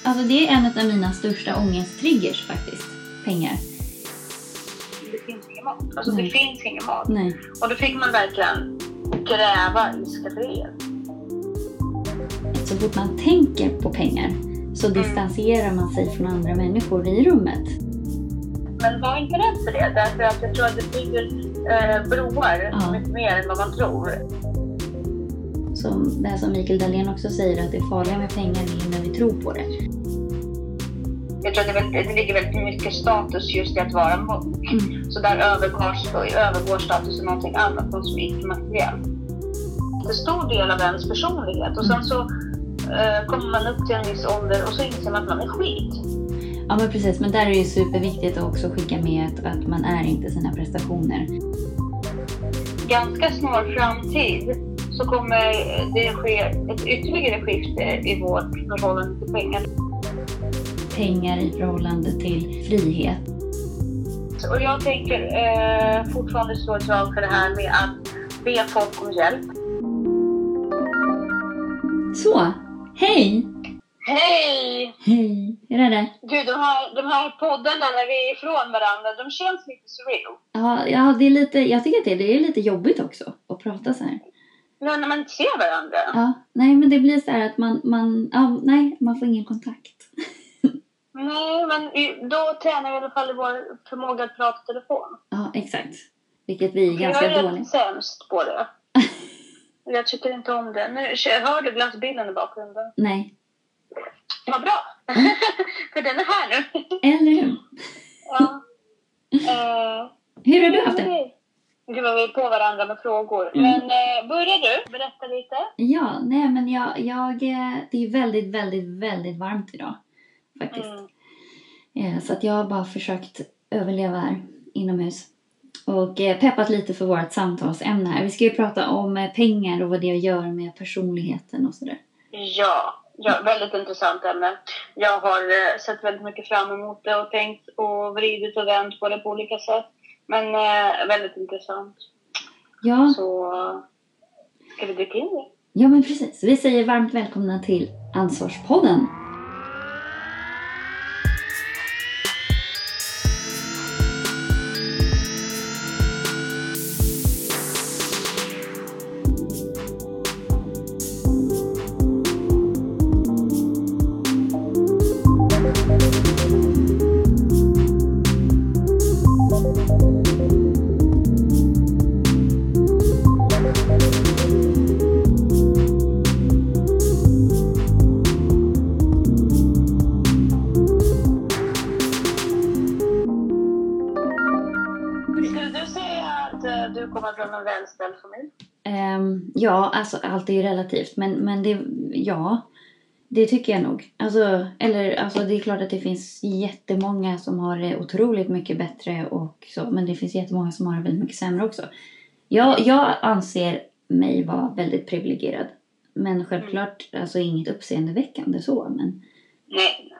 Alltså det är en av mina största ångesttriggers faktiskt. Pengar. Det finns ingen mat. Alltså det finns ingen mat. Nej. Och då fick man verkligen gräva i skafferiet. Så fort man tänker på pengar så distanserar man sig från andra människor i rummet. Men var inte rädd för det. Därför att jag tror att det bygger broar mycket mer än vad man tror. Som det här som Mikael Dahlén också säger, att det är farliga med pengar är när vi tror på det. Jag tror att det ligger väldigt mycket status just i att vara munk. Så där övergår statusen någonting annat, något som är icke-materiellt. Det är en stor del av ens personlighet. Och sen så kommer man upp till en viss ålder och så inser man att man är skit. Ja men precis, men där är det superviktigt att också skicka med att man är inte sina prestationer. Ganska snar framtid så kommer det ske ett ytterligare skifte i vårt förhållande till pengar. Pengar i förhållande till frihet. Och jag tänker fortfarande slå ett slag för det här med att be folk om hjälp. Så, hej! Hej! Hej, hur är det? Du, de här poddarna när vi är ifrån varandra, de känns lite surreal. Ja, det är lite, jag tycker att det är lite jobbigt också att prata så här. Ja, när man inte ser varandra. Ja, nej men det blir så här att man får ingen kontakt. Nej, men då tränar vi i alla fall vår förmåga att prata i telefon. Ja, exakt. Vilket vi är ganska dåliga. Jag är sämst på det. Jag tycker inte om det. Nu hör du glassbilden i bakgrunden? Nej. Vad bra. För den är här nu. Eller hur? Ja. Hur har du haft det? Gud vad vi är på varandra med frågor. Men börjar du? Berätta lite. Ja, nej men jag det är väldigt, väldigt, väldigt varmt idag. Faktiskt. Så att jag har bara försökt överleva här inomhus. Och peppat lite för vårt samtalsämne här. Vi ska ju prata om pengar och vad det gör med personligheten och sådär. Ja, väldigt intressant ämne. Jag har sett väldigt mycket fram emot det och tänkt och vridit och vänt på det på olika sätt. Men väldigt intressant. Ja. Så ska vi dyka in det? Ja men precis. Vi säger varmt välkomna till Ansvarspodden. Du kommer från en välställd familj? Ja, alltså allt är ju relativt. Men det tycker jag nog. Alltså det är klart att det finns jättemånga som har det otroligt mycket bättre och så. Men det finns jättemånga som har det väldigt mycket sämre också. Jag anser mig vara väldigt privilegierad. Men självklart alltså inget uppseendeväckande så. Men... Nej.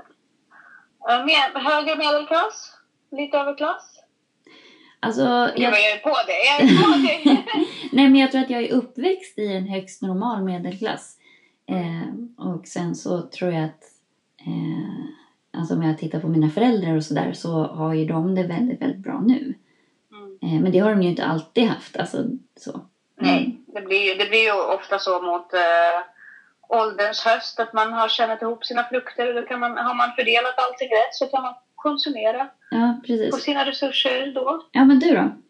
Högre medelklass? Lite överklass? Alltså, jag är på det. Nej, men jag tror att jag är uppväxt i en högst normal medelklass. Och sen så tror jag att alltså om jag tittar på mina föräldrar och sådär så har ju de det väldigt, väldigt bra nu. Men det har de ju inte alltid haft. Alltså, så. Nej, det blir ju ofta så mot ålderns höst att man har tjänat ihop sina frukter. Och då har man fördelat allting rätt så kan man konsumera på sina resurser då. Ja, men du då?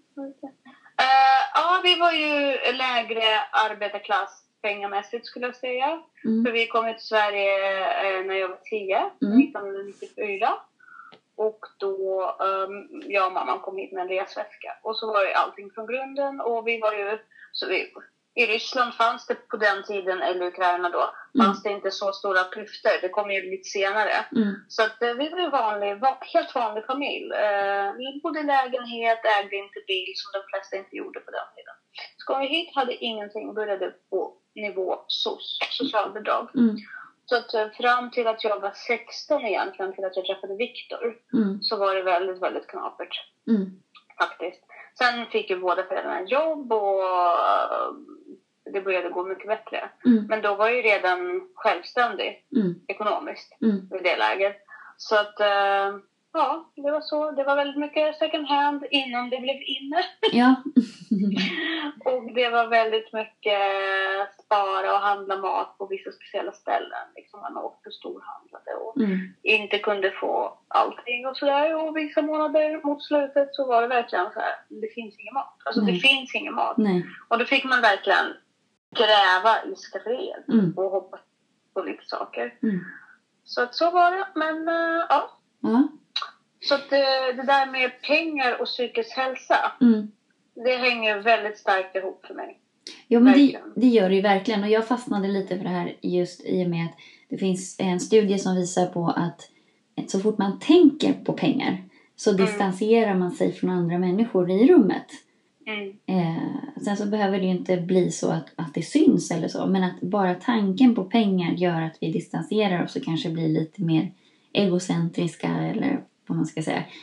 Ja, vi var ju lägre arbetarklass pengamässigt skulle jag säga. För vi kom till Sverige när jag var 10, 1994. Och då, jag och mamman kom hit med en resväska. Och så var ju allting från grunden. Och vi var ju, i Ryssland fanns det på den tiden, eller Ukraina då, fanns det inte så stora klyftor. Det kom ju lite senare. Så att vi var ju helt vanlig familj. Vi bodde i lägenhet, ägde inte bil som de flesta inte gjorde på den tiden. Så kom vi hit, hade ingenting, började på nivå socialbidrag. Så att fram till att jag var 16 egentligen, till att jag träffade Viktor, så var det väldigt, väldigt knapert. Faktiskt. Sen fick ju båda föräldrarna jobb och det det började gå mycket bättre. Men då var jag ju redan självständig ekonomiskt i det läget. Så att ja, det var så. Det var väldigt mycket second hand innan det blev inne. Ja. Och det var väldigt mycket spara och handla mat på vissa speciella ställen. Liksom man åkte och storhandlade och inte kunde få allting och sådär. Och vissa månader mot slutet så var det verkligen så här, det finns ingen mat. Alltså det finns ingen mat. Nej. Och då fick man verkligen gräva i skafferiet och hoppa på lite saker. Så att så var det. Men ja. Så att det där med pengar och psykisk hälsa, det hänger väldigt starkt ihop för mig. Ja, men det gör det ju verkligen. Och jag fastnade lite för det här just i och med att det finns en studie som visar på att så fort man tänker på pengar så distanserar man sig från andra människor i rummet. Sen så behöver det ju inte bli så att det syns eller så. Men att bara tanken på pengar gör att vi distanserar oss och kanske blir lite mer egocentriska eller vad man ska säga.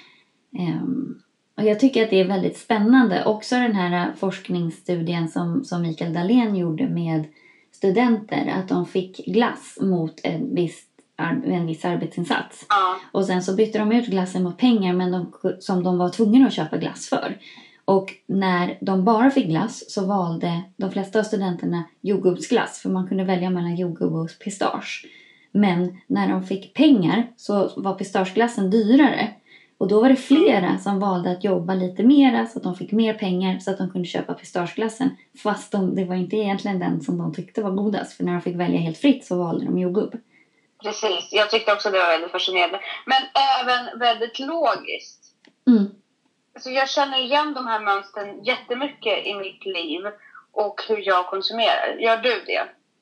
Och jag tycker att det är väldigt spännande. Också den här forskningsstudien som Mikael Dahlén gjorde med studenter. Att de fick glass mot en viss arbetsinsats. Och sen så bytte de ut glassen mot pengar men som de var tvungna att köpa glass för. Och när de bara fick glass så valde de flesta av studenterna jordgubbsglass. För man kunde välja mellan jordgubb och pistage. Men när de fick pengar så var pistageglassen dyrare. Och då var det flera som valde att jobba lite mera så att de fick mer pengar så att de kunde köpa pistageglassen. Fast det var inte egentligen den som de tyckte var godast. För när de fick välja helt fritt så valde de jordgubb. Precis, jag tyckte också det var väldigt fascinerande. Men även väldigt logiskt. Så jag känner igen de här mönstren jättemycket i mitt liv och hur jag konsumerar. Gör du det?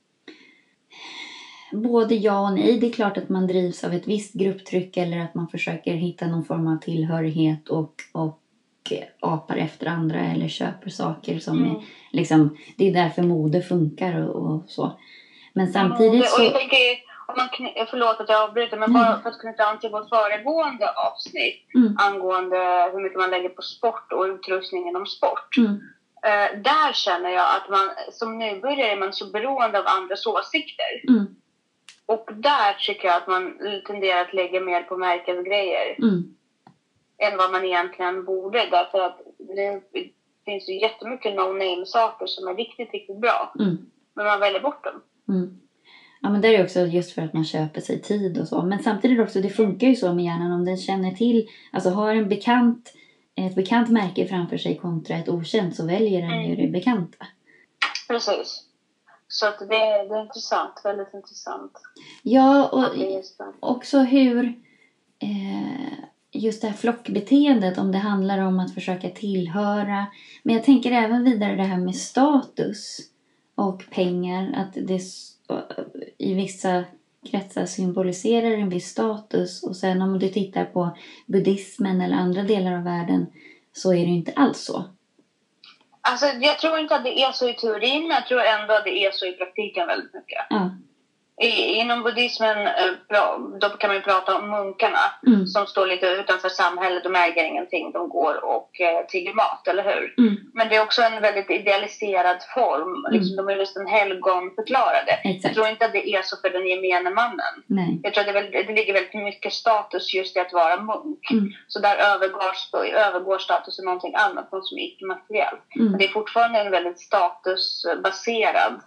Både ja och nej. Det är klart att man drivs av ett visst grupptryck eller att man försöker hitta någon form av tillhörighet och apar efter andra eller köper saker som är liksom, det är därför mode funkar och så. Men samtidigt så... Och jag tänker, förlåt att jag avbryter, men bara för att knyta an till vårt föregående avsnitt angående hur mycket man lägger på sport och utrustning inom sport. Där känner jag att man som nybörjare är man så beroende av andras åsikter. Och där tycker jag att man tenderar att lägga mer på märkesgrejer än vad man egentligen borde. Därför att det finns ju jättemycket no-name-saker som är riktigt, riktigt bra. Men man väljer bort dem. Ja, men det är också just för att man köper sig tid och så. Men samtidigt också, det funkar ju så med hjärnan om den känner till, alltså har ett bekant märke framför sig kontra ett okänt så väljer den ju det bekanta. Precis. Så att det är intressant, väldigt intressant. Ja, och också hur just det här flockbeteendet, om det handlar om att försöka tillhöra. Men jag tänker även vidare det här med status och pengar, att det i vissa kretsar symboliserar en viss status. Och sen om du tittar på buddhismen eller andra delar av världen så är det inte alls så. Alltså jag tror inte att det är så i teorin, men jag tror ändå att det är så i praktiken väldigt mycket. Inom buddhismen då kan man ju prata om munkarna som står lite utanför samhället. De äger ingenting, de går och tigger mat, eller hur? Men det är också en väldigt idealiserad form. Liksom, de är nästan helgonförklarade. Exakt. Jag tror inte att det är så för den gemene mannen. Nej. Jag tror att det ligger väldigt mycket status just i att vara munk. Så där övergår status till någonting annat, något som är icke-materiellt. Men det är fortfarande en väldigt statusbaserad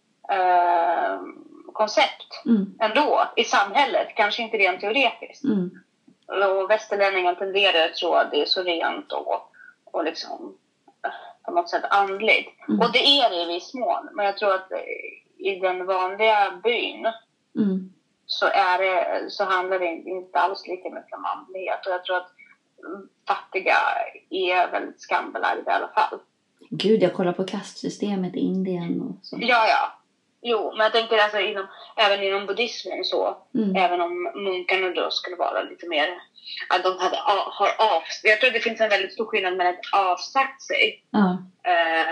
koncept ändå i samhället, kanske inte rent teoretiskt. Och västerlänningar tenderar att tro att det är så rent och liksom på något sätt andligt. Och det är det i viss mån, men jag tror att i den vanliga byn så handlar det inte alls lika mycket om andlighet. Och jag tror att fattiga är väldigt skambelagda i alla fall. Gud, jag kollar på kastsystemet i Indien och så. Ja. Jo, men jag tänker alltså även inom buddhismen så. Även om munkarna då skulle vara lite mer att de har jag tror det finns en väldigt stor skillnad mellan att avsagt sig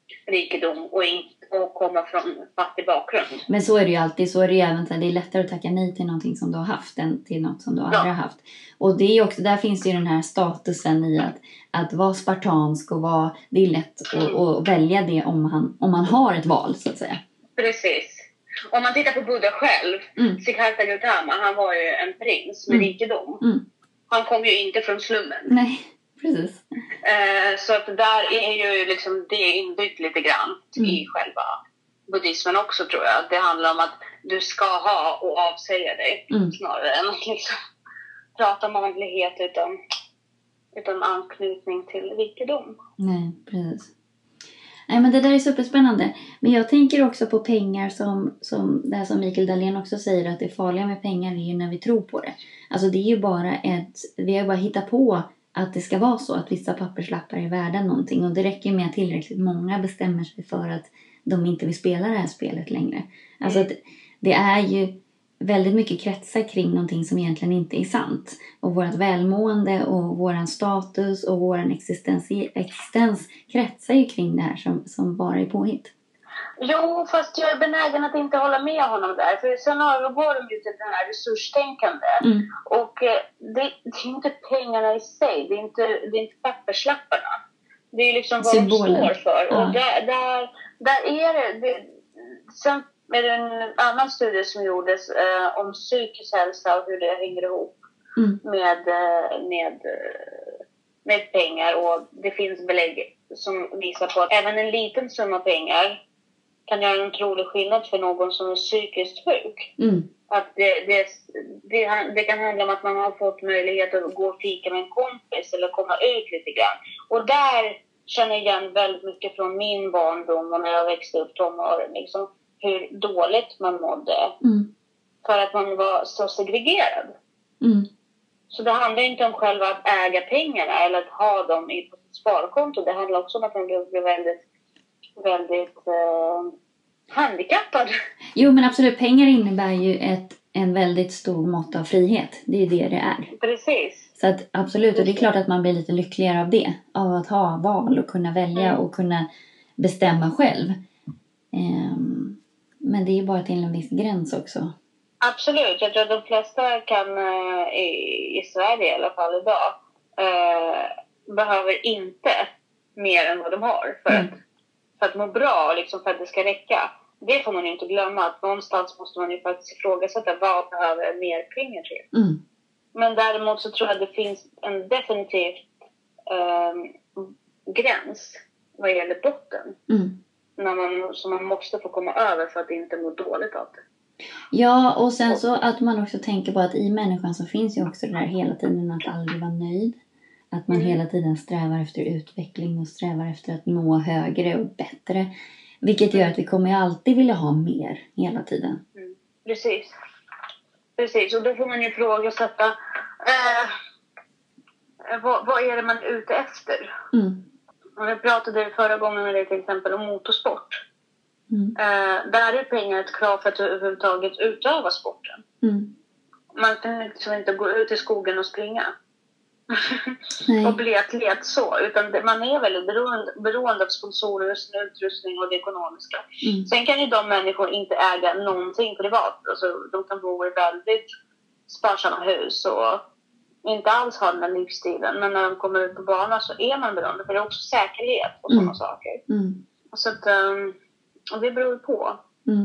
rikedom och komma från fattig bakgrund. Men så är det ju alltid. Så är det ju även så här, det är lättare att tacka nej till någonting som du har haft än till något som du aldrig har haft. Och det är ju också, där finns ju den här statusen i att vara spartansk och det är lätt att välja det om man har ett val, så att säga. Precis. Om man tittar på Buddha själv, Siddhartha Gautama, han var ju en prins med rikedom. Han kom ju inte från slummen. Nej, precis. Så att där är ju liksom det inbyggt lite grann i själva buddhismen också, tror jag. Det handlar om att du ska ha och avsäga dig snarare än att liksom prata om andlighet utan anknytning till rikedom. Nej, precis. Nej, men det där är superspännande. Men jag tänker också på pengar som det här som Mikael Dahlén också säger, att det farliga med pengar är ju när vi tror på det. Alltså det är ju bara vi har bara hittat på att det ska vara så, att vissa papperslappar är värda någonting. Och det räcker med att tillräckligt många bestämmer sig för att de inte vill spela det här spelet längre. Alltså att det är ju väldigt mycket kretsar kring någonting som egentligen inte är sant. Och vårt välmående och våran status och våran existens kretsar ju kring det här som bara är påhitt. Jo, fast jag är benägen att inte hålla med honom där. För sen övergår de ju till den här resurstänkande. Och det är inte pengarna i sig. Det är inte papperslapparna. Det är liksom vad symbolen de står för. Ja. Och där är det. Sen med en annan studie som gjordes om psykisk hälsa och hur det hänger ihop med pengar. Och det finns belägg som visar på att även en liten summa pengar kan göra en otrolig skillnad för någon som är psykiskt sjuk. Att det kan handla om att man har fått möjlighet att gå och fika med en kompis eller komma ut lite grann. Och där känner jag igen väldigt mycket från min barndom och när jag växte upp tonåren. Liksom, hur dåligt man mådde. För att man var så segregerad. Så det handlar inte om själva att äga pengarna eller att ha dem på sitt sparkonto. Det handlar också om att man blir väldigt, väldigt handikappad. Jo, men absolut. Pengar innebär ju en väldigt stor mått av frihet. Det är det är. Precis. Så att absolut, och det är klart att man blir lite lyckligare av det. Av att ha val och kunna välja och kunna bestämma själv. Men det är ju bara till en viss gräns också. Absolut. Jag tror att de flesta kan i Sverige i alla fall idag behöver inte mer än vad de har för att må bra och liksom för att det ska räcka. Det får man ju inte glömma, att någonstans måste man ju faktiskt ifrågasätta vad behöver mer pengar till. Men däremot så tror jag att det finns en definitiv gräns vad gäller botten. Som man måste få komma över för att inte må dåligt av det. Ja, och sen så att man också tänker på att i människan så finns ju också det där hela tiden att aldrig vara nöjd. Att man hela tiden strävar efter utveckling och strävar efter att nå högre och bättre. Vilket gör att vi kommer ju alltid vilja ha mer hela tiden. Precis, och då får man ju ifrågasätta vad är det man är ute efter? Och vi pratade förra gången med dig till exempel om motorsport. Där är pengar ett krav för att överhuvudtaget utöva sporten. Man kan liksom inte gå ut i skogen och springa. Och bli atlet så. Utan man är väldigt beroende av sponsorer, utrustning och det ekonomiska. Sen kan ju de människor inte äga någonting privat. Alltså, de kan bo i väldigt sparsamma hus och inte alls ha den här livsstilen. Men när de kommer ut på banan så är man beroende. För det är också säkerhet och sådana saker. Så att och det beror på.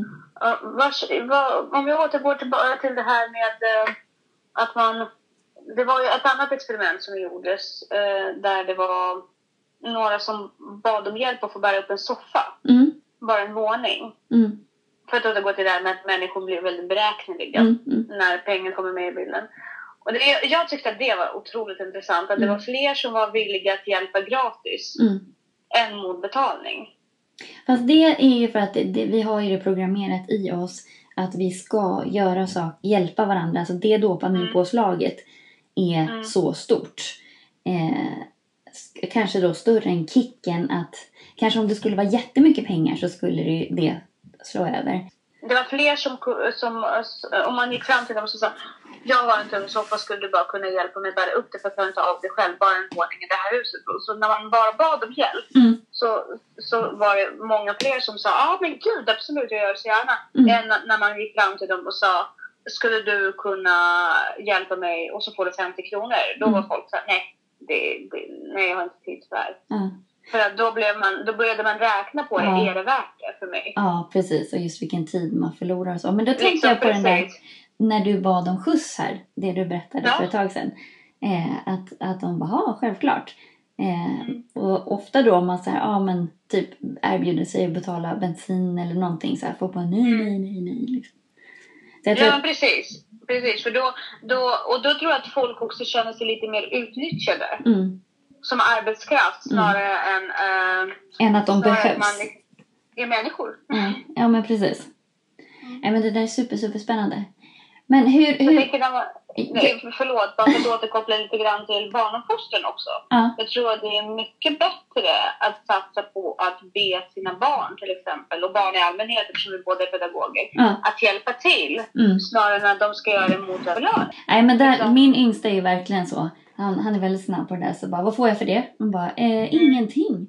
Om vi återgår till det här med att man... Det var ju ett annat experiment som gjordes där det var några som bad om hjälp att få bära upp en soffa. Bara en våning. För att återgå till det här med att människor blir väldigt beräkneliga när pengar kommer med i bilden. Och jag tyckte att det var otroligt intressant. Att det var fler som var villiga att hjälpa gratis än mot betalning. Fast det är ju för att vi har ju det programmerat i oss att vi ska göra hjälpa varandra. Alltså det dopaminpåslaget är så stort. Kanske då större än kicken att kanske om det skulle vara jättemycket pengar så skulle det slå över. Det var fler som om man gick fram till dem och sa jag har en tung soffa, skulle du bara kunna hjälpa mig bära upp det, för att jag inte av det själv, bara en våning i det här huset. Så när man bara bad om hjälp så var det många fler som sa men gud, absolut, jag gör så gärna. Än när man gick fram till dem och sa, skulle du kunna hjälpa mig och så får du 50 kronor. Då var folk så här, nej, jag har inte tid för det här. För att då började man räkna på är det värt det för mig? Ja, precis. Och just vilken tid man förlorar och så. Men då tänkte jag på den där, när du bad om skjuts här, det du berättade för ett tag sedan. Att de bara, självklart. Och ofta då om man säger, men typ erbjuder sig att betala bensin eller någonting så här, får bara nej liksom. Men precis, för då tror jag att folk också känner sig lite mer utnyttjade som arbetskraft snarare än att de behövs. Man är människor. Ja, men precis. Men det där är super spännande. Men hur... Förlåt, bara för att återkoppla lite grann till barnuppfostran också. Jag tror att det är mycket bättre att satsa på att be sina barn till exempel, och barn i allmänhet, eftersom vi båda är pedagoger, att hjälpa till snarare än att de ska göra det mot belön. Nej, men där, min yngsta är ju verkligen så. Han är väldigt snabb på det där, så bara, vad får jag för det? Man bara, ingenting.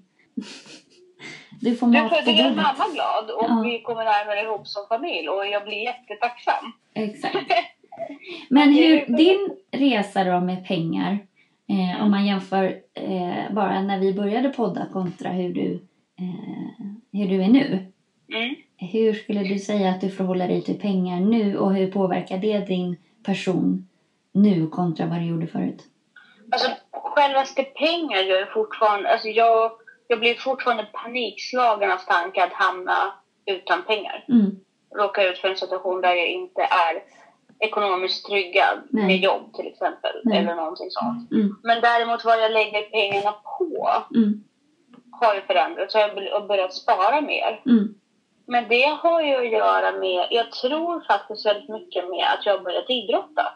Du får mat för gör mamma glad och vi kommer närmare ihop som familj och jag blir jättetacksam. Exakt. Men din resa då med pengar, om man jämför bara när vi började podda kontra hur du är nu. Hur skulle du säga att du förhåller dig till pengar nu, och hur påverkar det din person nu kontra vad du gjorde förut? Alltså självaste pengar gör jag fortfarande, alltså jag blir fortfarande panikslagen av tanken att hamna utan pengar. Råka ut för en situation där jag inte är ekonomiskt tryggad med jobb till exempel, eller någonting sånt. Men däremot vad jag lägger pengarna på har ju förändrats, så jag har börjat spara mer. Men det har ju att göra med, jag tror faktiskt väldigt mycket med att jag har börjat idrotta.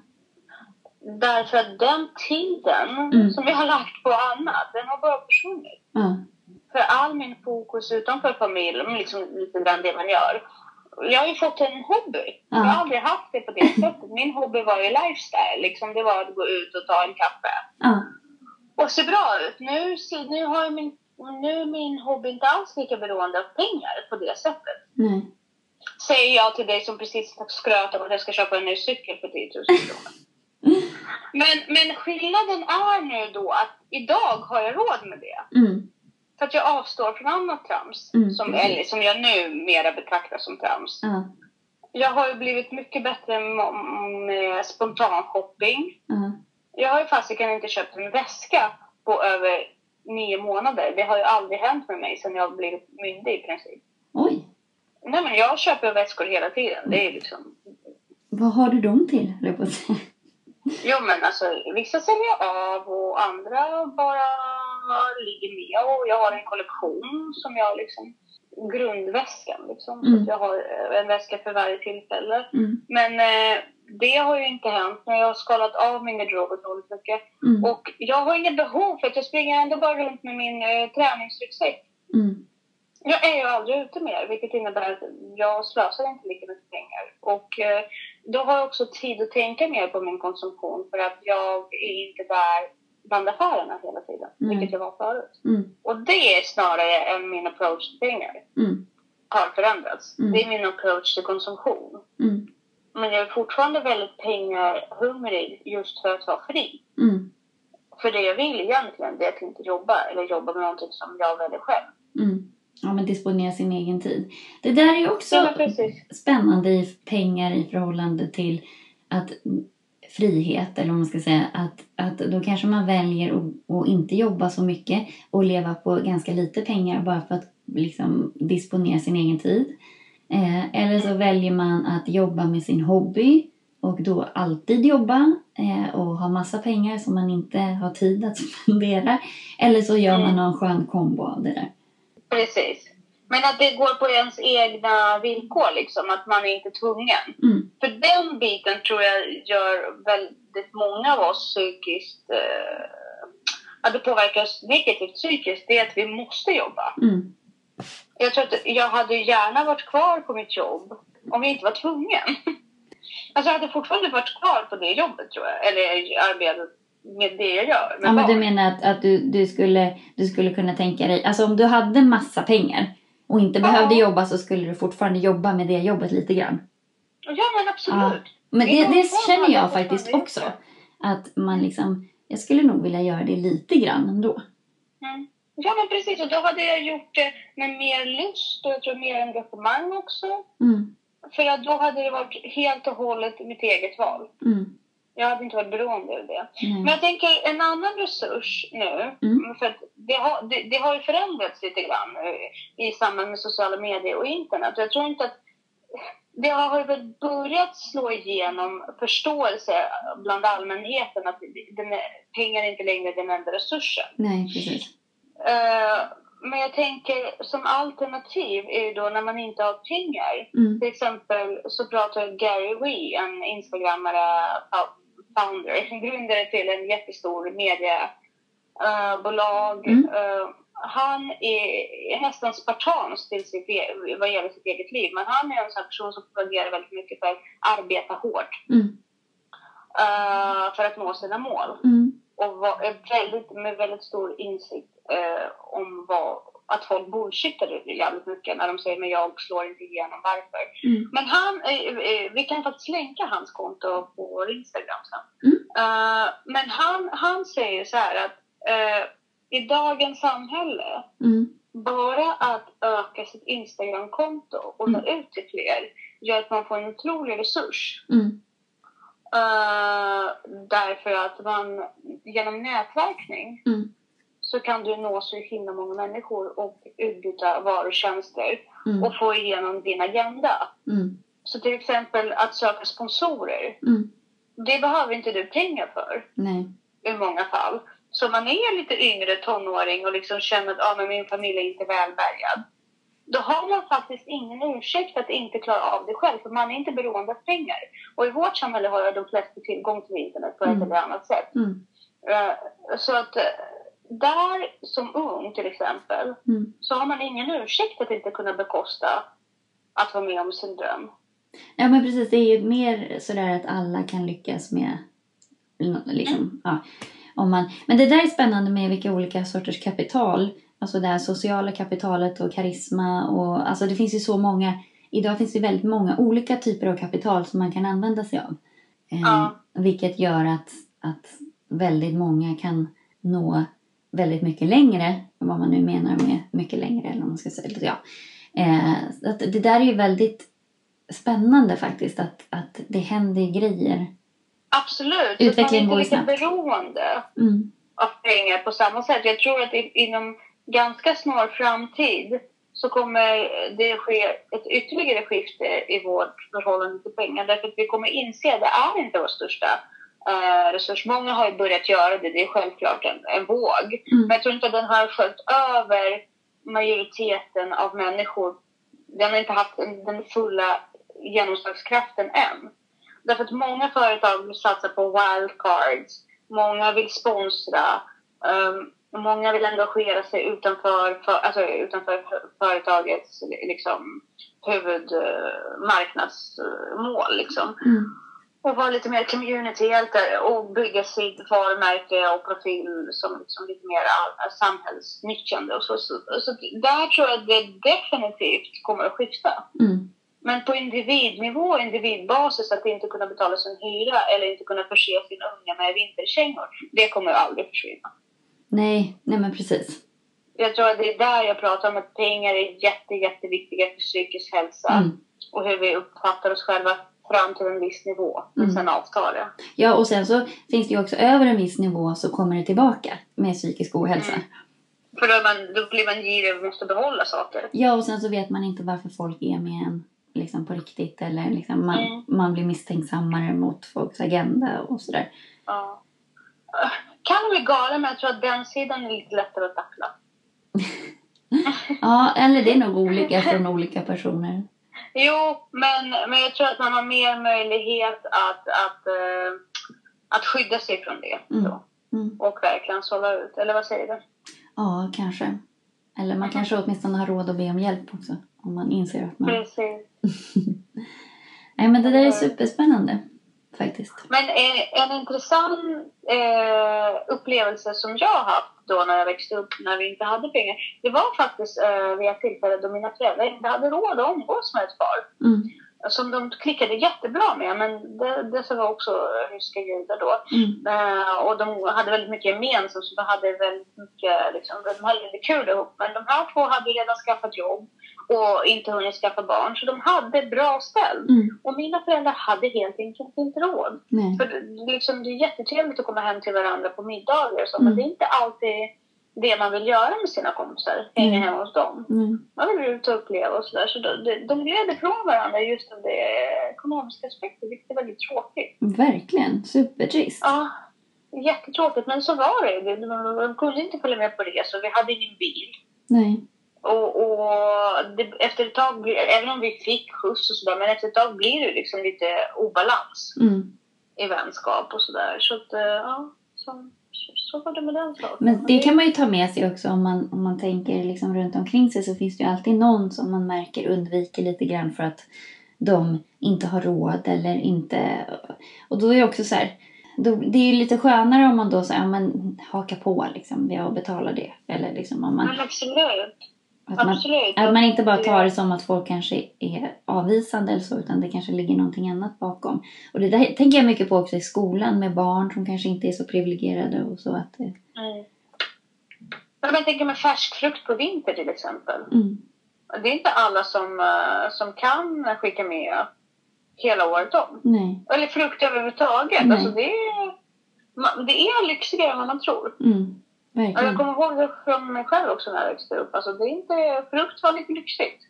Därför att den tiden som jag har lagt på annat, den har bara försvunnit. För all min fokus utanför familjen, liksom lite grann det man gör. Jag har ju fått en hobby. Jag har aldrig haft det på det sättet. Min hobby var ju lifestyle. Liksom, det var att gå ut och ta en kaffe. Och se bra ut. Nu har min hobby inte alls lika beroende av pengar på det sättet. Säger jag till dig som precis skröt om att jag ska köpa en ny cykel för 10 000 kronor. Men skillnaden är nu då att idag har jag råd med det. För att jag avstår från annat trams. Som jag nu mera betraktar som trams. Jag har ju blivit mycket bättre med spontan shopping. Jag har ju fasiken inte köpt en väska på över 9 månader. Det har ju aldrig hänt med mig sedan jag blivit myndig i princip. Oj. Nej, men jag köper väskor hela tiden. Det är liksom... Vad har du dem till? Jo, men alltså vissa säljer av och andra bara ligger med, och jag har en kollektion som jag liksom, grundväskan liksom, så att jag har en väska för varje tillfälle. Men det har ju inte hänt när jag har skalat av min garderob otroligt mycket. Och jag har inget behov, för att jag springer ändå bara runt med min träningsryggsäck. Jag är ju aldrig ute mer, vilket innebär att jag slösar inte lika mycket pengar. Och då har jag också tid att tänka mer på min konsumtion, för att jag är inte där bland affärerna hela tiden, vilket jag var förut. Och det är snarare än min approach till pengar har förändrats. Det är min approach till konsumtion. Men jag är fortfarande väldigt pengarhungrig just för att vara fri. För det jag vill egentligen, det är att inte jobba, eller jobba med någonting som jag väljer själv. Ja, men disponera sin egen tid. Det där är ju också spännande i pengar i förhållande till att frihet, eller om man ska säga, att då kanske man väljer att inte jobba så mycket och leva på ganska lite pengar bara för att liksom disponera sin egen tid. Eller så väljer man att jobba med sin hobby och då alltid jobba och ha massa pengar som man inte har tid att spendera. Eller så gör man någon skön kombo av det där. Precis. Men att det går på ens egna villkor, liksom, att man är inte tvungen. För den biten tror jag gör väldigt många av oss psykiskt, att det påverkar oss negativt psykiskt, det är att vi måste jobba. Jag tror att jag hade gärna varit kvar på mitt jobb om jag inte var tvungen. Alltså jag hade fortfarande varit kvar på det jobbet tror jag. Eller arbetat med det jag gör. Ja, men du menar att du skulle kunna tänka dig... Alltså om du hade massa pengar och inte behövde jobba så skulle du fortfarande jobba med det jobbet lite grann. Ja, men absolut. Ja. Men det känner jag faktiskt också. Att man liksom... Jag skulle nog vilja göra det lite grann ändå. Mm. Ja, men precis. Och då hade jag gjort det med mer lust och jag tror mer engagemang också. Mm. För att då hade det varit helt och hållet mitt eget val. Mm. Jag hade inte varit beroende av det. Mm. Men jag tänker en annan resurs nu. För att det har ju förändrats lite grann i samband med sociala medier och internet. Jag tror inte att det har väl börjat slå igenom förståelse bland allmänheten att pengar är inte längre den enda resursen. Nej, precis. Men jag tänker som alternativ är ju då när man inte har pengar. Till exempel så pratar Gary Vee, en instagrammare, founder, grundare till en jättestor mediebolag. Han är nästan spartansk till vad gäller sitt eget liv. Men han är en sån person som propagerar väldigt mycket för att arbeta hårt. För att nå sina mål. Och med väldigt stor insikt om att folk bullshittar jävligt mycket när de säger men jag slår inte igenom varför. Men vi kan faktiskt länka hans konto på vår Instagram sen. Men han säger så här att i dagens samhälle bara att öka sitt Instagram-konto och nå ut till fler gör att man får en otrolig resurs. Därför att man genom nätverkning så kan du nå så himla många människor och utbyta varor och tjänster och få igenom din agenda. Så till exempel att söka sponsorer, det behöver inte du pengar för. Nej. I många fall. Så man är lite yngre tonåring och liksom känner att men min familj är inte välbärgad. Då har man faktiskt ingen ursäkt att inte klara av det själv. För man är inte beroende av pengar. Och i vårt samhälle har jag de flesta tillgång till internet på ett eller annat sätt. Så att där som ung till exempel så har man ingen ursäkt att inte kunna bekosta att vara med om sin dröm. Ja men precis, det är ju mer sådär att alla kan lyckas med liksom, men det där är spännande med vilka olika sorters kapital. Alltså det här sociala kapitalet och karisma. Och, alltså det finns ju så många. Idag finns det väldigt många olika typer av kapital som man kan använda sig av. Vilket gör att väldigt många kan nå väldigt mycket längre. Vad man nu menar med mycket längre. Eller vad man ska säga. Att det där är ju väldigt spännande faktiskt. Att det händer grejer. Absolut. Utvecklingen går ju snabbt. Man är inte beroende av pengar på samma sätt. Jag tror att inom ganska snar framtid så kommer det ske ett ytterligare skifte i vårt förhållande till pengar. Därför att vi kommer inse att det är inte vår största resurs. Många har ju börjat göra det. Det är självklart en våg. Men jag tror inte att den har sköljt över majoriteten av människor. Den har inte haft den fulla genomslagskraften än. Därför att många företag satsar på wildcards. Många vill sponsra. Många vill engagera sig utanför företagets liksom, huvudmarknadsmål. Liksom. Och vara lite mer community-hjältar och bygga sitt varumärke och profil som liksom lite mer samhällsnyttjande. Och så där tror jag att det definitivt kommer att skifta. Men på individnivå, individbasis, att inte kunna betala sin hyra eller inte kunna förse sin unga med vinterkängor, det kommer aldrig försvinna. Nej men precis. Jag tror att det är där jag pratar om att pengar är jätteviktiga för psykisk hälsa. Och hur vi uppfattar oss själva fram till en viss nivå. Sen avtar det. Ja, och sen så finns det ju också över en viss nivå så kommer det tillbaka med psykisk ohälsa. För då blir man girig och måste behålla saker. Ja, och sen så vet man inte varför folk är med en liksom på riktigt. Eller liksom man blir misstänksammare mot folks agenda och sådär. Ja. Kan bli galen, men jag tror att den sidan är lite lättare att tackla. Ja, eller det är nog olika från olika personer. Jo, men jag tror att man har mer möjlighet att skydda sig från det. Och verkligen sålla ut. Eller vad säger du? Ja, kanske. Eller man kanske åtminstone har råd att be om hjälp också. Om man inser att man... Precis. Nej, men det där är superspännande faktiskt. Men en intressant upplevelse som jag har haft då när jag växte upp, när vi inte hade pengar, det var faktiskt vid ett tillfälle då mina föräldrar inte hade råd att umgås med ett par. Som de klickade jättebra med, men det var också ryska judar då. Och de hade väldigt mycket gemensamt, så de hade väldigt mycket, liksom, de hade väldigt kul ihop. Men de här två hade redan skaffat jobb och inte hunnit skaffa barn, så de hade bra ställt. Och mina föräldrar hade helt enkelt inte råd. För liksom, det är jättetrevligt att komma hem till varandra på middagar, så, men det är inte alltid det man vill göra med sina kompisar, hänga hemma hos dem. Man vill ut och uppleva och sådär. Så de gled ifrån varandra just av det ekonomiska aspekten, vilket är väldigt tråkigt. Verkligen, supertrist. Ja, jättetråkigt, men så var det. De kunde inte följa med på resor, vi hade ingen bil. Nej. Och efter ett tag, även om vi fick skjuts och sådär, men efter ett tag blir det liksom lite obalans i vänskap och sådär. Så att, ja, så var det med den saken. Men det kan man ju ta med sig också om man tänker liksom runt omkring sig, så finns det ju alltid någon som man märker undviker lite grann för att de inte har råd eller inte. Och då är det också så här, det är ju lite skönare om man då säger, ja, men haka på liksom, jag betalar det. Eller liksom om man... Men absolut. Att man inte bara tar det som att folk kanske är avvisande eller så, utan det kanske ligger någonting annat bakom. Och det där tänker jag mycket på också i skolan med barn som kanske inte är så privilegierade och så att... Men jag tänker med färsk frukt på vinter till exempel. Det är inte alla som kan skicka med hela året om. Nej. Eller frukt överhuvudtaget. Alltså det är lyxigare än vad man tror. Verkligen. Jag kommer ihåg det från mig själv också när jag växte upp. Alltså det är inte, frukt var lite lyxigt.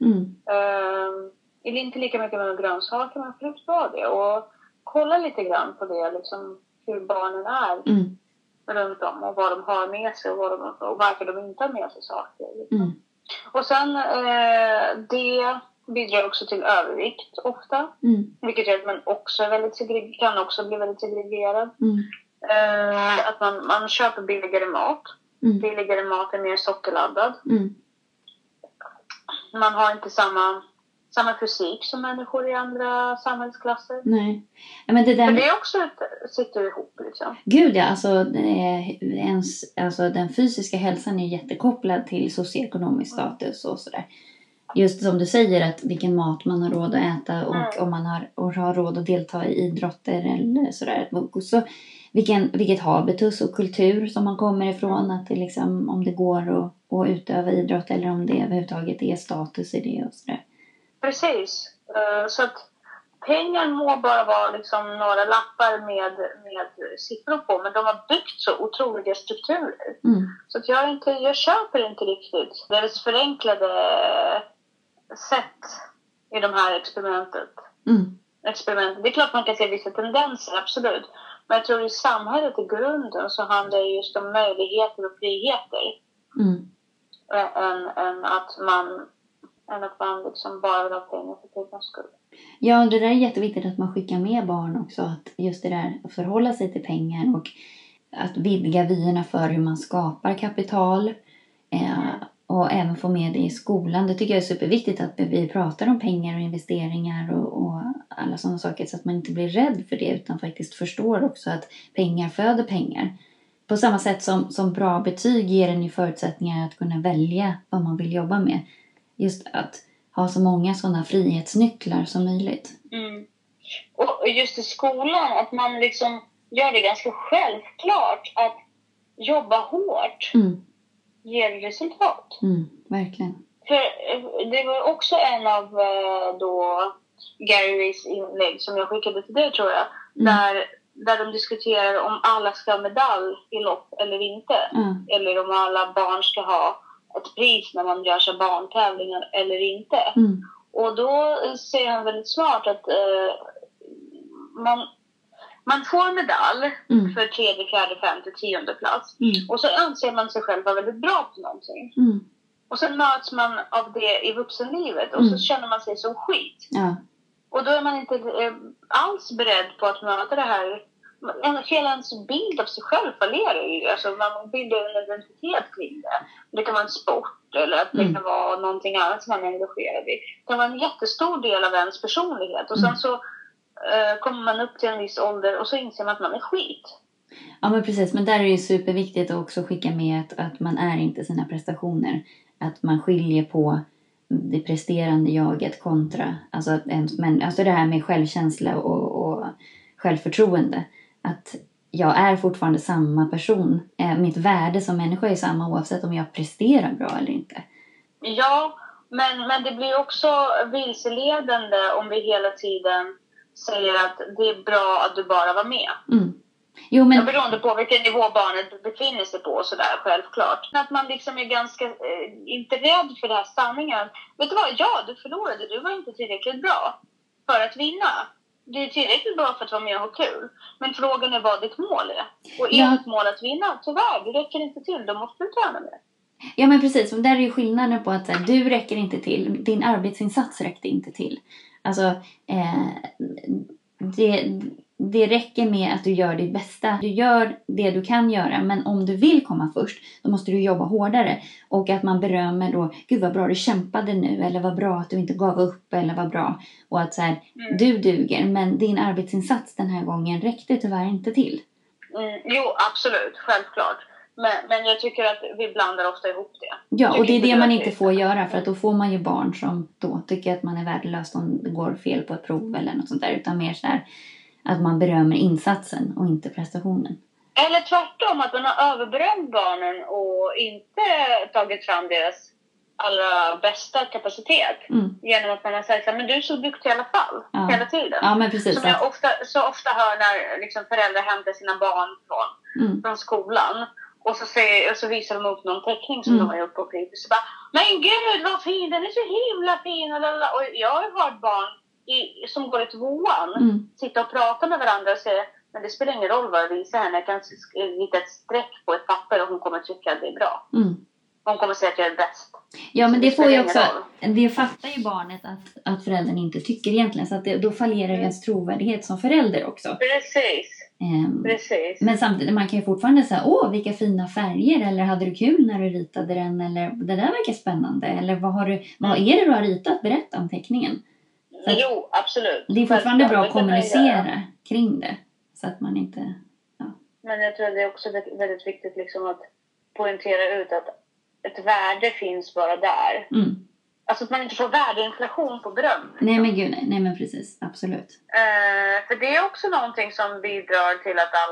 Det är inte lika mycket med grönsaker, men frukt var det. Och kolla lite grann på det, liksom, hur barnen är runt om. Och vad de har med sig och varför de inte har med sig saker. Liksom. Och sen det bidrar också till övervikt ofta. Vilket gör att man också är kan också bli väldigt segregerad. Att man köper billigare mat. Billigare mat är mer sockerladdad. Man har inte samma fysik som människor i andra samhällsklasser. Nej. Men det där... För det också sitter ihop liksom. Gud ja, alltså den fysiska hälsan är jättekopplad till socioekonomisk status och sådär. Just som du säger, att vilken mat man har råd att äta och om man har råd att delta i idrotter eller sådär. Så vilket habitus och kultur som man kommer ifrån, att det liksom, om det går att utöva idrott eller om det överhuvudtaget är status i det och sådär. Precis. Så att pengar må bara vara liksom några lappar med siffror på, men de har byggt så otroliga strukturer. Så att jag köper inte riktigt deras förenklade sätt i de här experimenten. Det är klart man kan se vissa tendenser, absolut. Men jag tror i samhället i grunden så handlar det just om möjligheter och friheter. Än att man liksom bara vill ha pengar för pengarnas skull. Ja, det där är jätteviktigt att man skickar med barn också. Att just det där att förhålla sig till pengar och att vidga vyerna för hur man skapar kapital. Och även få med det i skolan. Det tycker jag är superviktigt att vi pratar om pengar och investeringar och alla sådana saker. Så att man inte blir rädd för det utan faktiskt förstår också att pengar föder pengar. På samma sätt som bra betyg ger en ju förutsättningar att kunna välja vad man vill jobba med. Just att ha så många sådana frihetsnycklar som möjligt. Och just i skolan, att man liksom gör det ganska självklart att jobba hårt ger resultat. Verkligen. För det var också en av då Gary Vees inlägg som jag skickade till dig, tror jag. Där de diskuterar om alla ska ha medalj i lopp eller inte. Eller om alla barn ska ha ett pris när man gör sig barntävlingar eller inte. Och då säger han väldigt smart att man får medalj för 3, 4, 5, 10 plats. Och så anser man sig själv vara väldigt bra på någonting. Och sen möts man av det i vuxenlivet. Och så känner man sig som skit. Och då är man inte alls beredd på att möta det här. Hela ens bild av sig själv fallerar ju. Alltså man bildar en identitet kring det. Det kan vara en sport eller att det kan vara någonting annat som man är engagerad i. Det kan vara en jättestor del av ens personlighet. Och sen så kommer man upp till en viss ålder och så inser man att man är skit. Ja, men precis. Men där är det superviktigt att också skicka med att man är inte sina prestationer. Att man skiljer på det presterande jaget kontra alltså det här med självkänsla och självförtroende. Att jag är fortfarande samma person. Mitt värde som människa är samma oavsett om jag presterar bra eller inte. Ja, men det blir också vilseledande om vi hela tiden säger att det är bra att du bara var med. Mm. Jo, men... Beroende på vilken nivå barnet befinner sig på och sådär, självklart. Att man liksom är ganska inte rädd för den här sanningen. Vet du vad? Ja, du förlorade. Du var inte tillräckligt bra för att vinna. Du är tillräckligt bra för att vara med och ha kul. Men frågan är vad ditt mål är. Och är ditt mål att vinna? Tyvärr, det räcker inte till. Då måste du träna mer. Ja, men precis. Och där är ju skillnaden på att här, du räcker inte till. Din arbetsinsats räckte inte till. Alltså, det räcker med att du gör ditt bästa. Du gör det du kan göra. Men om du vill komma först, då måste du jobba hårdare. Och att man berömmer då, gud vad bra du kämpade nu. Eller vad bra att du inte gav upp. Eller vad bra. Och att så här, du duger. Men din arbetsinsats den här gången räckte tyvärr inte till. Jo, absolut. Självklart. Men jag tycker att vi blandar ofta ihop det. Ja, och det är det man inte får göra. För att då får man ju barn som då tycker att man är värdelös om det går fel på ett prov eller något sånt där. Utan mer så här att man berömmer insatsen och inte prestationen. Eller tvärtom, att man har överberömt barnen och inte tagit fram deras allra bästa kapacitet. Genom att man har sagt att men du är så duktig i alla fall. Hela tiden. Ja, men precis. Som jag ofta hör när liksom föräldrar hämtar sina barn från skolan. Och så visar de upp någon teckning som de har gjort på fritids. Så bara, men gud vad fin, den är så himla fin. Och jag har hört barn som går i 2:an sitta och prata med varandra och säga, men det spelar ingen roll vad jag visar henne. Jag kan rita ett streck på ett papper och hon kommer tycka att det är bra. Hon kommer säga att jag är bäst. Ja, men det får ju också, det fattar ju barnet att föräldern inte tycker egentligen. Så att då fallerar ens trovärdighet som förälder också. Precis. Men samtidigt, man kan ju fortfarande säga, vilka fina färger. Eller hade du kul när du ritade den? Eller det där verkar spännande. Eller vad är det du har ritat? Berätta om teckningen. Jo, absolut. Det är fortfarande bra att kommunicera kring det. Så att man inte... Ja. Men jag tror att det är också väldigt viktigt liksom att poängtera ut att ett värde finns bara där. Alltså att man inte får värdeinflation på beröm. Liksom. Nej men gud, nej men precis, absolut. För det är också någonting som bidrar till att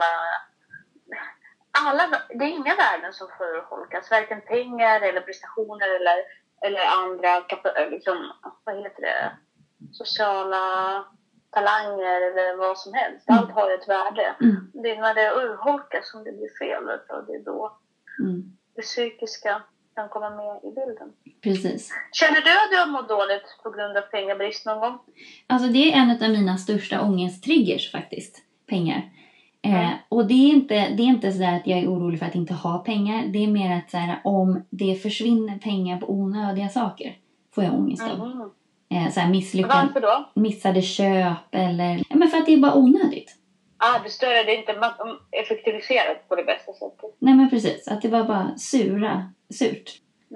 alla det är inga värden som förholkas. Varken pengar eller prestationer eller andra liksom, vad heter det? Sociala talanger eller vad som helst. Allt har ett värde. Det är när det urholkas som det blir fel. Och det är då det psykiska kan komma med i bilden. Precis. Känner du att du har mått dåligt på grund av pengabrist någon gång? Alltså det är en av mina största ångesttriggers faktiskt. Pengar. Och det är inte så att jag är orolig för att inte ha pengar. Det är mer att så här, om det försvinner pengar på onödiga saker får jag ångest av. Så här Varför då? Missade köp eller... Ja, men för att det är bara onödigt. Det större, det är inte effektiviserat på det bästa sättet. Nej men precis, att det var bara surt.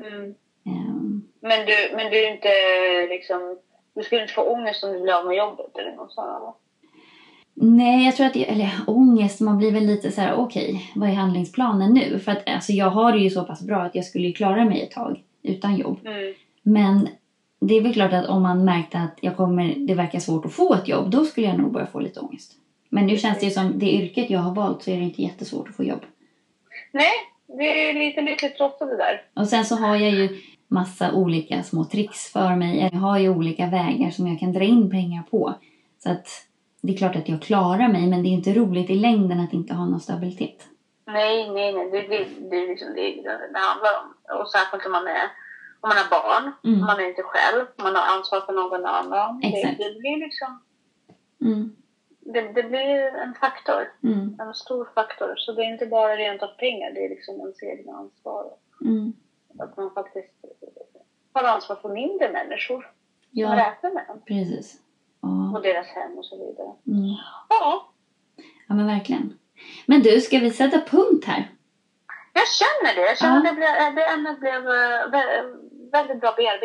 Men du är inte liksom... Du skulle inte få ångest om du blir av med jobbet eller något sånt? Nej, jag tror att ångest, man blir väl lite så här, okej, vad är handlingsplanen nu? För att alltså, jag har det ju så pass bra att jag skulle klara mig ett tag utan jobb. Men det är väl klart att om man märkte att det verkar svårt att få ett jobb, då skulle jag nog börja få lite ångest. Men nu känns det ju som det yrket jag har valt så är det inte jättesvårt att få jobb. Nej, det är lite lyckligt trots det där. Och sen så har jag ju massa olika små tricks för mig. Jag har ju olika vägar som jag kan dra in pengar på. Så att det är klart att jag klarar mig, men det är inte roligt i längden att inte ha någon stabilitet. Nej. Det är liksom det handlar om. Och särskilt om man har barn. Man är inte själv. Man har ansvar för någon annan. Exakt. Det blir liksom... Det blir en faktor. En stor faktor. Så det är inte bara rent av pengar. Det är liksom ens egna ansvar. Att man faktiskt har ansvar för mindre människor. Som räknar med dem. Precis. Och deras hem och så vidare. Ja, men verkligen. Men du, ska vi sätta punkt här? Jag känner det. Jag känner att det ämnet blev väldigt bra bearbetat.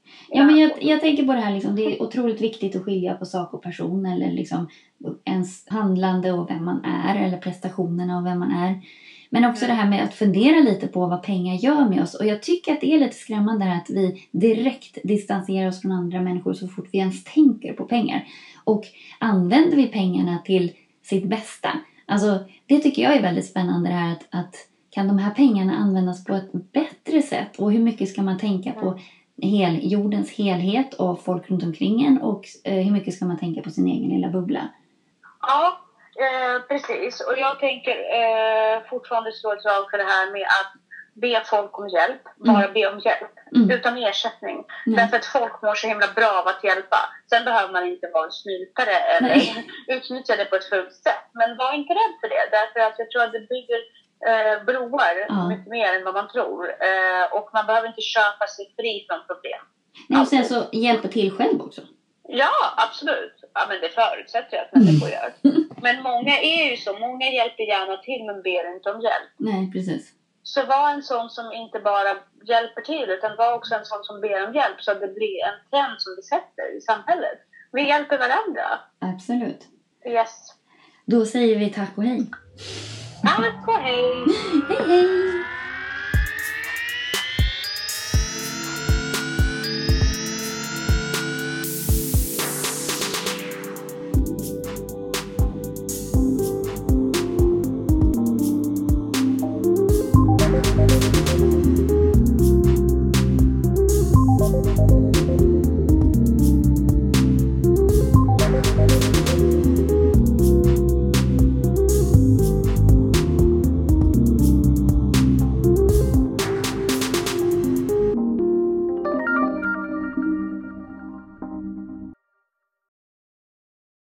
Ja, men jag tänker på det här liksom, det är otroligt viktigt att skilja på sak och person, eller liksom ens handlande och vem man är, eller prestationerna och vem man är. Men också det här med att fundera lite på vad pengar gör med oss. Och jag tycker att det är lite skrämmande här att vi direkt distanserar oss från andra människor så fort vi ens tänker på pengar. Och använder vi pengarna till sitt bästa? Alltså, det tycker jag är väldigt spännande det här att kan de här pengarna användas på ett bättre sätt? Och hur mycket ska man tänka på jordens helhet och folk runt omkring en? Och hur mycket ska man tänka på sin egen lilla bubbla? Ja, precis. Och jag tänker fortfarande slå ett slag för det här med att be folk om hjälp. Bara be om hjälp. Utan ersättning. Därför att folk mår så himla bra av att hjälpa. Sen behöver man inte vara en snytare eller utnyttja det på ett fullt sätt. Men var inte rädd för det. Därför att jag tror att det bygger broar mycket mer än vad man tror. Och man behöver inte köpa sig fri från problem. Nej, och sen så hjälpa till själv också. Ja, absolut. Ja, men det förutsätter jag att människor gör. Men många är ju så. Många hjälper gärna till men ber inte om hjälp. Nej, precis. Så var en sån som inte bara hjälper till utan var också en sån som ber om hjälp så att det blir en trend som vi sätter i samhället. Vi hjälper varandra. Absolut. Yes. Då säger vi tack och hej. Tack och hej. Hej hej.